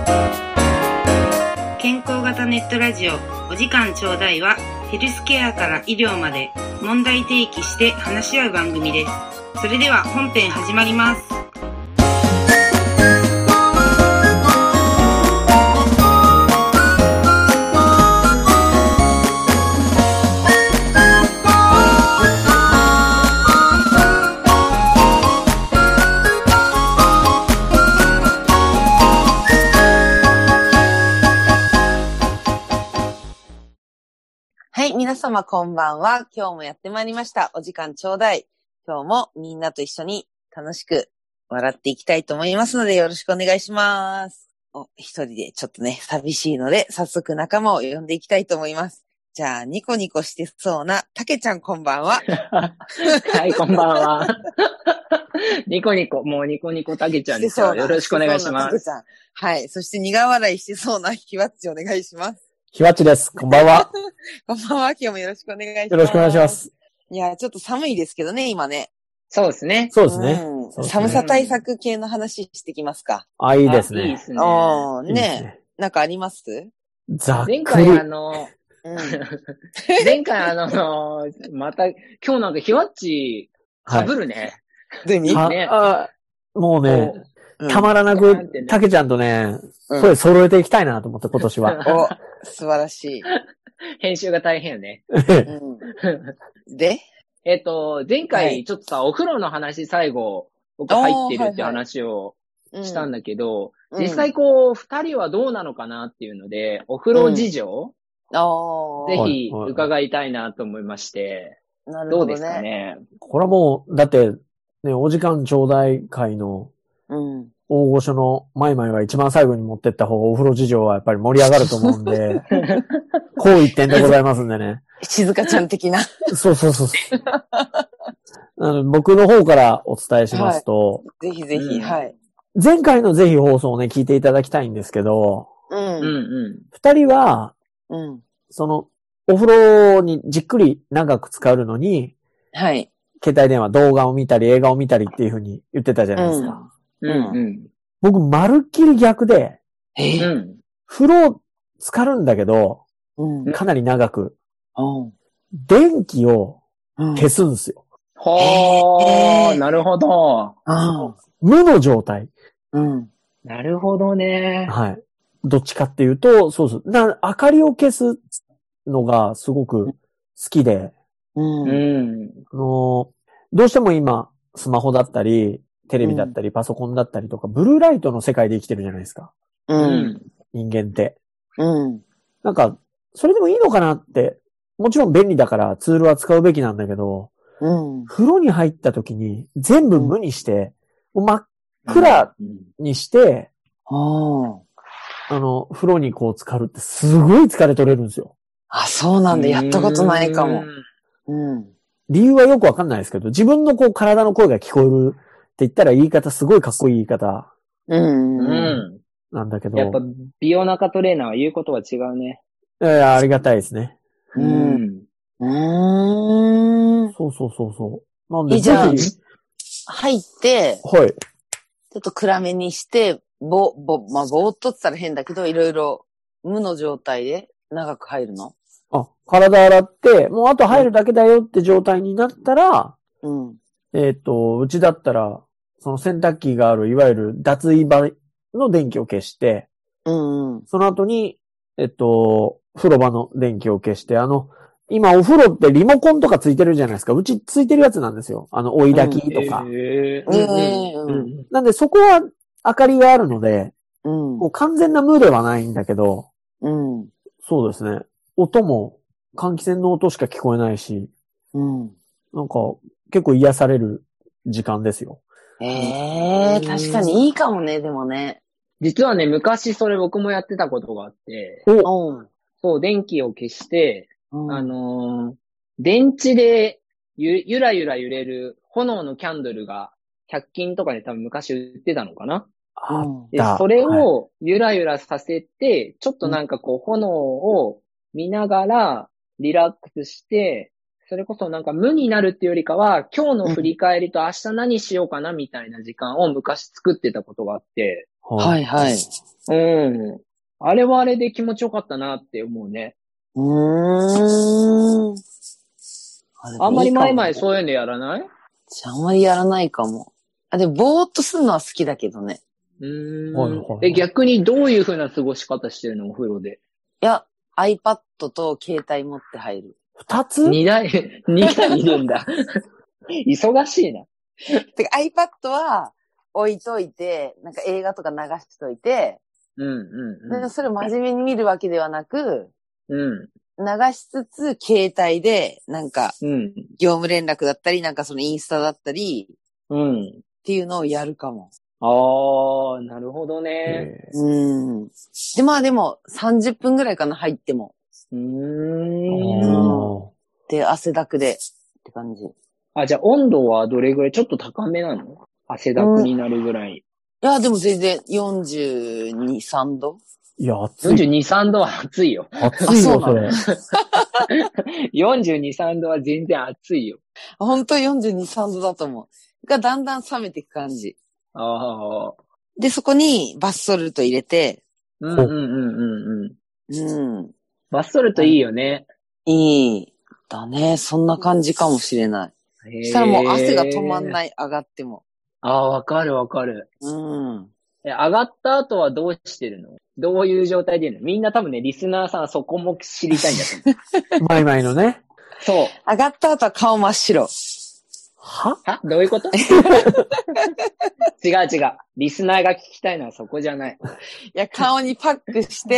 健康型ネットラジオお時間ちょうだいは、ヘルスケアから医療まで問題提起して話し合う番組です。それでは本編始まります。はい、皆様こんばんは。今日もやってまいりました。お時間ちょうだい。今日もみんなと一緒に楽しく笑っていきたいと思いますのでよろしくお願いします。一人でちょっとね、寂しいので早速仲間を呼んでいきたいと思います。じゃあ、ニコニコしてそうなたけちゃんこんばんは。 はい、こんばんは。ニコニコ、もうニコニコたけちゃんですよ。よろしくお願いします。 はい、そして苦笑いしてそうなひわっちお願いします。 ひわっちです。こんばんは。 こんばんは。今日もよろしくお願いします。 よろしくお願いします。 いや、ちょっと寒いですけどね、今ね。 そうですね。 そうですね。 寒さ対策系の話してきますか。 いいですね。 いいですね。 ね。なんかあります？ ざっくり。 前回前回また、今日なんかひわっち、被るね。 で、ね。 もうね、たまらなく、たけちゃんとね、声揃えていきたいなと思って、今年は。 お、素晴らしい。 編集が大変よね。 で前回ちょっとさ、お風呂の話最後、僕入ってるって話をしたんだけど、実際こう、二人はどうなのかなっていうので、お風呂事情、ぜひ伺いたいなと思いまして、どうですかね。 これはもう、だって、ね、お時間ちょうだい会の、大御所のマイマイは一番最後に持ってった方がお風呂事情はやっぱり盛り上がると思うんで、こう一点でございますんでね。 静香ちゃん的な。 そう。僕の方からお伝えしますと、 ぜひぜひ、はい。 前回のぜひ放送をね、聞いていただきたいんですけど、二人は、その、お風呂にじっくり長く使うのに、 はい。 携帯電話、動画を見たり、映画を見たりっていう風に言ってたじゃないですか。僕、まるっきり逆で、風呂浸かるんだけど、かなり長く、電気を消すんですよ。 なるほど。 無の状態。 なるほどね。 はい。どっちかっていうと、そう。明かりを消すのがすごく好きで、どうしても今、スマホだったり、テレビだったり、パソコンだったりとか、ブルーライトの世界で生きてるじゃないですか。人間って。なんか、それでもいいのかなって、もちろん便利だからツールは使うべきなんだけど、風呂に入った時に全部無にして、真っ暗にして、風呂にこう浸かるってすごい疲れ取れるんですよ。 あ、そうなんだ。やったことないかも。 理由はよくわかんないですけど、自分のこう体の声が聞こえるって言ったら言い方、すごいかっこいい言い方。なんだけど。 やっぱ美容中トレーナーは言うことは違うね。 ありがたいですね。そう。なんで、 じゃあ、入って、 はい。 ちょっと暗めにして、ぼーっとって言ったら変だけど、いろいろ無の状態で長く入るの？ 体洗って、もうあと入るだけだよって状態になったら、うちだったら、その洗濯機がある、いわゆる脱衣場の電気を消して、その後に、風呂場の電気を消して、今お風呂ってリモコンとかついてるじゃないですか。うちついてるやつなんですよ。追い焚きとか。なんでそこは明かりがあるので、こう完全な無ではないんだけど、そうですね。音も換気扇の音しか聞こえないし、なんか結構癒される時間ですよ。 確かにいいかもね、でもね。 実はね、昔それ僕もやってたことがあって、そう、電気を消して、電池でゆらゆら揺れる炎のキャンドルが100均とかで多分昔売ってたのかな。で、それをゆらゆらさせて、ちょっとなんかこう炎を見ながらリラックスして、それこそなんか無になるっていうよりかは、今日の振り返りと明日何しようかなみたいな時間を昔作ってたことがあって。 はいはい。 うん。あれはあれで気持ちよかったなって思うね。あんまり前々そういうのやらない？ あんまりやらないかも。でもぼーっとするのは好きだけどね。 逆にどういう風な過ごし方してるのお風呂で。 いや、iPad と携帯持って入る。 二つ？ 二台いるんだ。忙しいな。 てか iPad は置いといて、なんか映画とか流しといて、でそれを真面目に見るわけではなく、流しつつ、携帯で、なんか、業務連絡だったり、なんかそのインスタだったり、っていうのをやるかも。 ああ、なるほどね。 でも、30分ぐらいかな、入っても。で、汗だくで、って感じ。 じゃあ温度はどれぐらい？ちょっと高めなの？汗だくになるぐらい。いや、でも全然42、3度？ いや、暑い。 42、3度は暑いよ。 暑いよ、それ。 42、3度は全然暑いよ。 本当42、3度だと思う。が、だんだん冷めていく感じ。で、そこにバスソルト入れて。 バスソルトいいよね。 いい。だね。そんな感じかもしれない。したらもう汗が止まんない、上がっても。 わかる。上がった後はどうしてるの？どういう状態でいるの？みんな多分ね、リスナーさんはそこも知りたいんだと思う。 マイマイのね。 そう。 上がった後は顔真っ白。 はどういうこと？違う。リスナーが聞きたいのはそこじゃない。 いや、顔にパックして。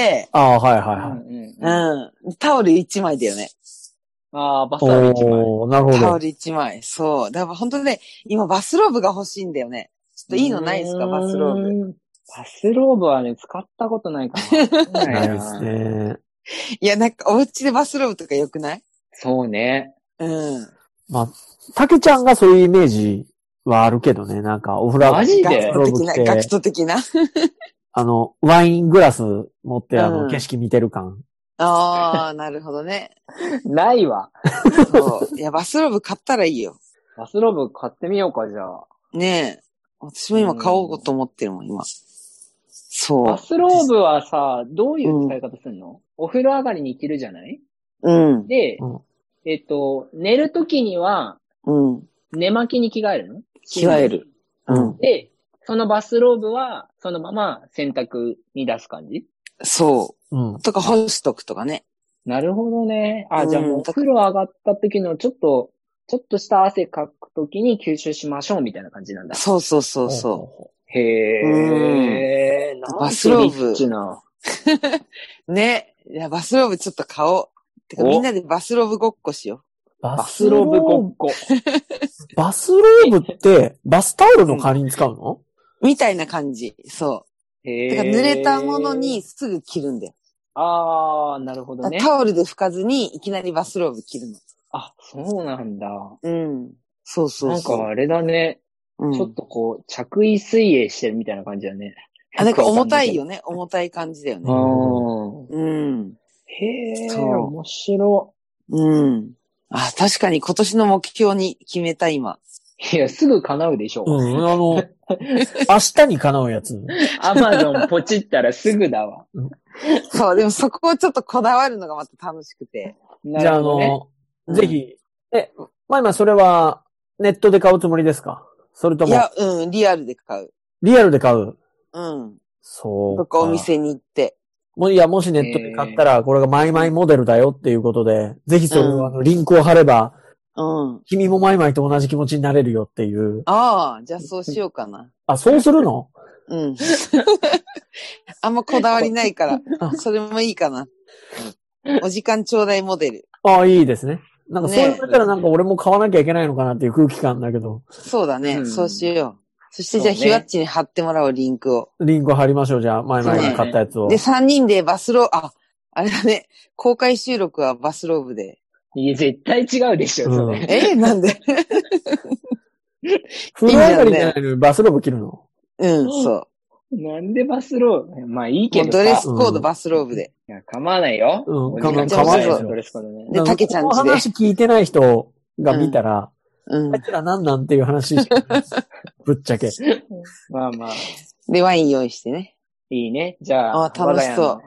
タオル1枚だよね。 バスタオル1枚。 なるほど。 タオル1枚。そう。だから本当にね、今バスローブが欲しいんだよね。ちょっといいのないですか、バスローブ。 バスローブはね、使ったことないかな。ないですね。 いや、なんかお家でバスローブとか良くない？ そうね。 まあ、たけちゃんがそういうイメージはあるけどね。なんか、お風呂マジでガクト的な。 ワイングラス持って景色見てる感。 なるほどね。 ないわ。 そう。いや、バスローブ買ったらいいよ。 バスローブ買ってみようか、じゃあ。 ねえ。私も今買おうと思ってるもん、今。そう。 バスローブはさ、どういう使い方するの？お風呂上がりに着るじゃない？で、寝るときには、寝巻きに着替えるの？ 着替える。 で、そのバスローブは、そのまま洗濯に出す感じ？ そう。とか干しとくとかね。 なるほどね。じゃあもうお風呂上がった時のちょっとした汗かく時に吸収しましょうみたいな感じなんだ。 そう。 へー。 バスローブ。ね。いや、バスローブちょっと買おう。てかみんなでバスローブごっこしよう。バスローブごっこ。 バスローブって、バスタオルの代わりに使うの？ みたいな感じ。そう。てか濡れたものにすぐ着るんだよ。 なるほどね。 タオルで拭かずにいきなりバスローブ着るの。 そうなんだ。 そう。 なんかあれだね。ちょっとこう、着衣水泳してるみたいな感じだね。 なんか重たいよね。重たい感じだよね。 へー、面白。 確かに今年の目標に決めた今。 いや、すぐ叶うでしょ。 明日に叶うやつ。 Amazon ポチったらすぐだわ。 そう、でもそこをちょっとこだわるのがまた楽しくて。 じゃあぜひ、今それはネットで買うつもりですか？それとも。 いや、リアルで買う。 リアルで買う？ そう。どっかお店に行って。 もしネットで買ったら、これがマイマイモデルだよっていうことで、ぜひそれをリンクを貼れば、君もマイマイと同じ気持ちになれるよっていう。 じゃあそうしようかな。 そうするの？ あんまこだわりないから、それもいいかな。お時間ちょうだいモデル。 いいですね。なんかそう言われたらなんか俺も買わなきゃいけないのかなっていう空気感だけど。 そうだね。そうしよう。そしてじゃあひわっちに貼ってもらおう、リンクを。 リンクを貼りましょう、じゃあ、前々に買ったやつを。 で、3人でバスロー、あれだね。公開収録はバスローブで。 いや、絶対違うでしょ、それ。 なんで？ 風呂上がりじゃないのにバスローブ着るの？ そう。 なんでバスローブ？まあいいけどさ。 ドレスコードバスローブで。 いや、構わないよ。 構わないよ。 ドレスコードね。 で、たけちゃんちで。 この話聞いてない人が見たら、あいつらなんなんっていう話ぶっちゃけ。 まあ。 で、ワイン用意してね。 いいね。じゃあ、 楽しそう。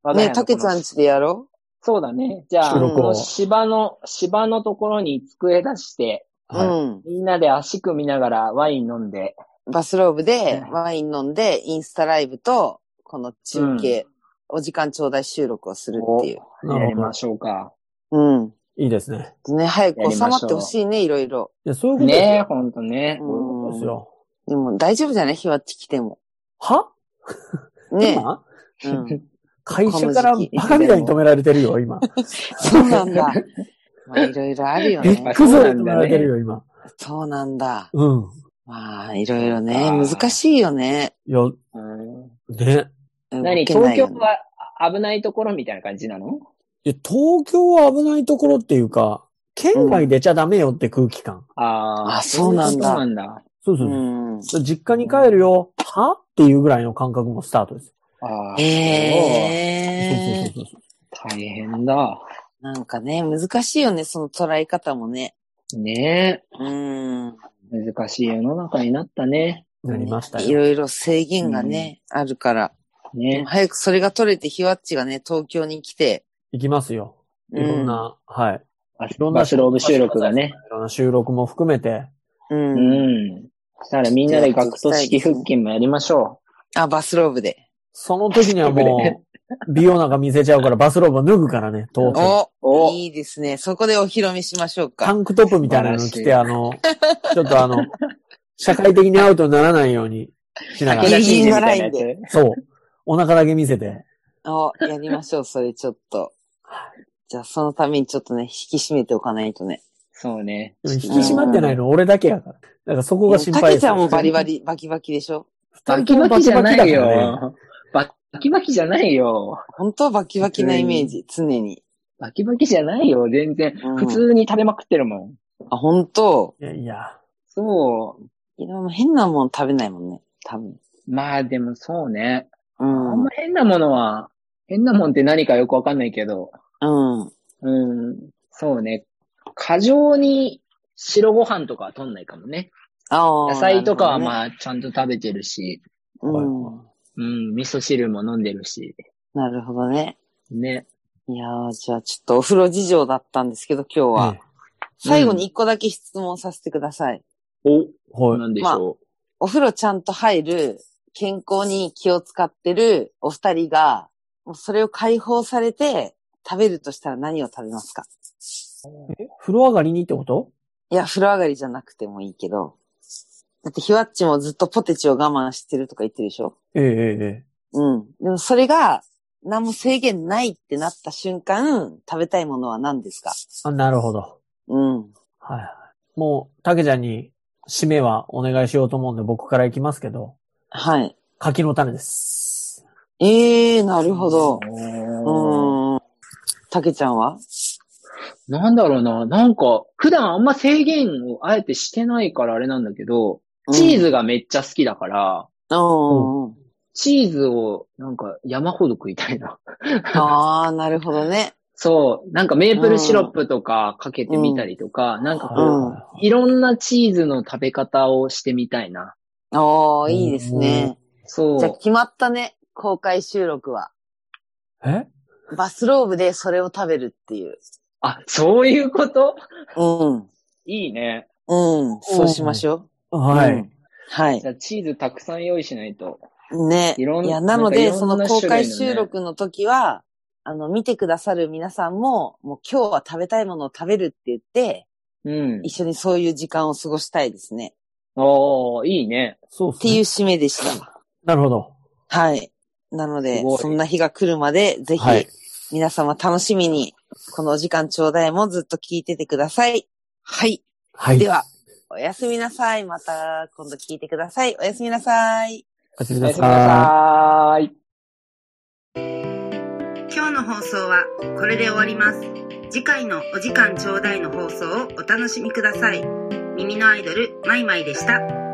ね、たけちゃん家でやろう？ そうだね。じゃあ、芝のところに机出して、みんなで足組みながらワイン飲んで。 バスローブでワイン飲んで、インスタライブと、この中継、お時間ちょうだい収録をするっていう。 やりましょうか。 いいですね。 ね、早く収まってほしいね、いろいろ。 いや、そういうことですよ。 ね、ほんとね。 そうですよ。 でも大丈夫じゃない？ひわっち来ても。 はねえ。会社からバカみたいに止められてるよ、今。 そうなんだ。まあ、いろいろあるよね。 ビッグゾーン止められてるよ、今。 そうなんだ。まあ、いろいろね、難しいよね。 いや、ね。 東京は危ないところみたいな感じなの？ いや、東京は危ないところっていうか、県外出ちゃダメよって空気感。 そうなんだ。 そう。実家に帰るよ、はっていうぐらいの感覚もスタートです。 そう。大変だ。 なんかね、難しいよね、その捉え方もね。 ねえ。難しい世の中になったね。 なりましたよ。 いろいろ制限がね、あるから。ね。早くそれが取れて、ひわっちがね、東京に来て。 行きますよ。いろんな、はい。 いろんなバスローブ収録がね。 いろんな収録も含めて。 そしたらみんなで学徒式腹筋もやりましょう。バスローブで。 その時にはもう、美容なんか見せちゃうからバスローブを脱ぐからね、当然。 いいですね。そこでお披露目しましょうか。 タンクトップみたいなの着て、ちょっと社会的にアウトにならないようにしながら。 ギリギリのラインで。 そう。お腹だけ見せて。 やりましょう、それちょっと。じゃあ、そのためにちょっとね、引き締めておかないとね。 そうね。 引き締まってないの俺だけやから。だからそこが心配です。 たけちゃんもバリバキでしょ？ バキバキじゃないよ。バキバキじゃないよ。 本当バキバキなイメージ、常に。 バキバキじゃないよ、全然。普通に食べまくってるもん。 本当？ いや。 そう。 変なもん食べないもんね、多分。 まあでもそうね。あんま変なもんって何かよくわかんないけど。そうね。過剰に白ご飯とかは取んないかもね。野菜とかはまあちゃんと食べてるし。味噌汁も飲んでるし。 なるほどね。 ね。 いやー、じゃあちょっとお風呂事情だったんですけど、今日は。最後に一個だけ質問させてください。 はい。なんでしょう。 お風呂ちゃんと入る、健康に気を使ってるお二人が、もうそれを解放されて食べるとしたら何を食べますか？ 風呂上がりにってこと？ いや、風呂上がりじゃなくてもいいけど。だってひわっちもずっとポテチを我慢してるとか言ってるでしょ？ でもそれが何も制限ないってなった瞬間、食べたいものは何ですか？ なるほど。はい。もう、たけちゃんに締めはお願いしようと思うんで僕から行きますけど。 はい。 柿の種です。 なるほど。たけちゃんは？ なんだろうな。なんか、普段あんま制限をあえてしてないからあれなんだけど、チーズがめっちゃ好きだから、チーズをなんか山ほど食いたいな。 なるほどね。 そう。なんかメープルシロップとかかけてみたりとか、なんかこう、いろんなチーズの食べ方をしてみたいな。 いいですね。そう。じゃあ決まったね。公開収録は。バスローブでそれを食べるっていう。 そういうこと？いいね。 そうしましょう。はい。 はい。 じゃあチーズたくさん用意しないと。 ね。いや、なので、その公開収録の時は、見てくださる皆さんも、もう今日は食べたいものを食べるって言って、一緒にそういう時間を過ごしたいですね。 いいね。 そうっていう締めでした。 なるほど。 はい。なので、そんな日が来るまで、ぜひ、皆様楽しみに、このお時間ちょうだいもずっと聞いててください。はい。では、おやすみなさい。また今度聞いてください。おやすみなさい。 おやすみなさい。 今日の放送はこれで終わります。次回のお時間ちょうだいの放送をお楽しみください。耳のアイドル、マイマイでした。